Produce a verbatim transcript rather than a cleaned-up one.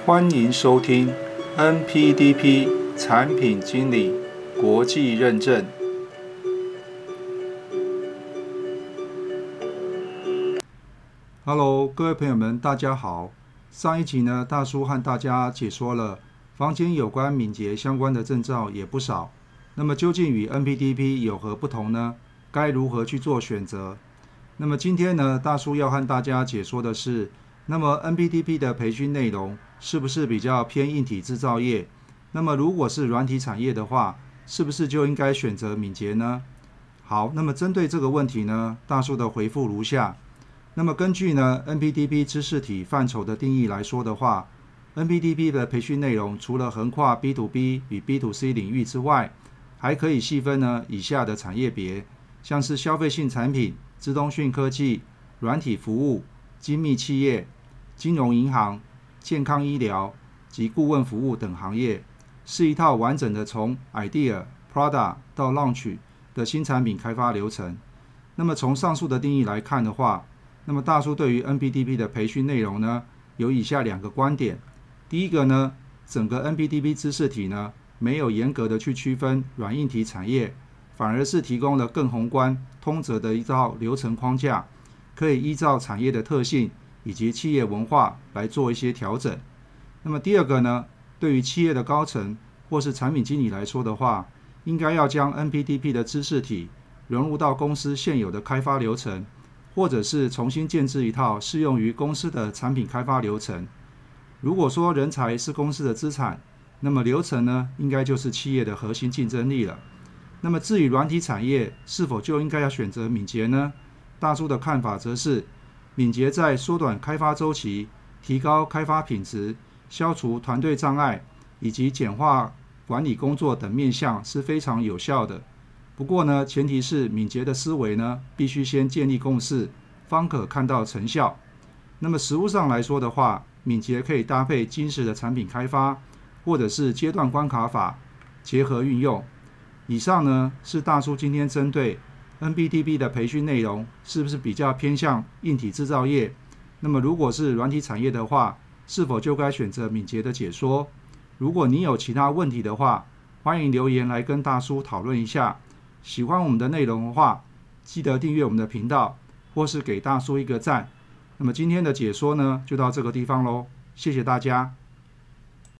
欢迎收听 N P D P 产品经理国际认证。Hello， 各位朋友们，大家好。上一集呢，大叔和大家解说了坊间有关敏捷相关的证照也不少。那么究竟与 N P D P 有何不同呢？该如何去做选择？那么今天呢，大叔要和大家解说的是，那么 N P D P 的培训内容是不是比较偏硬体制造业？那么如果是软体产业的话，是不是就应该选择敏捷呢？好，那么针对这个问题呢，大叔的回复如下。那么根据呢 N P D P 知识体范畴的定义来说的话， N P D P 的培训内容除了横跨 B to B 与 B to C 领域之外，还可以细分呢以下的产业别，像是消费性产品、资通讯科技、软体服务、精密企业、金融银行、健康医疗及顾问服务等行业，是一套完整的从 idea、product 到 launch 的新产品开发流程。那么从上述的定义来看的话，那么大叔对于 N P D P 的培训内容呢，有以下两个观点。第一个呢，整个 N P D P 知识体呢，没有严格的去区分软硬体产业，反而是提供了更宏观、通则的一套流程框架，可以依照产业的特性以及企业文化来做一些调整。那么第二个呢，对于企业的高层或是产品经理来说的话，应该要将 N P D P 的知识体融入到公司现有的开发流程，或者是重新建制一套适用于公司的产品开发流程。如果说人才是公司的资产，那么流程呢，应该就是企业的核心竞争力了。那么至于软体产业是否就应该要选择敏捷呢？大叔的看法则是，敏捷在缩短开发周期、提高开发品质、消除团队障碍以及简化管理工作等面向是非常有效的。不过呢，前提是敏捷的思维呢，必须先建立共识，方可看到成效。那么实务上来说的话，敏捷可以搭配精实的产品开发，或者是阶段关卡法结合运用。以上呢是大叔今天针对 N P D P 的培训内容是不是比较偏向硬体制造业，那么如果是软体产业的话，是否就该选择敏捷的解说。如果你有其他问题的话，欢迎留言来跟大叔讨论一下。喜欢我们的内容的话，记得订阅我们的频道，或是给大叔一个赞。那么今天的解说呢，就到这个地方咯，谢谢大家。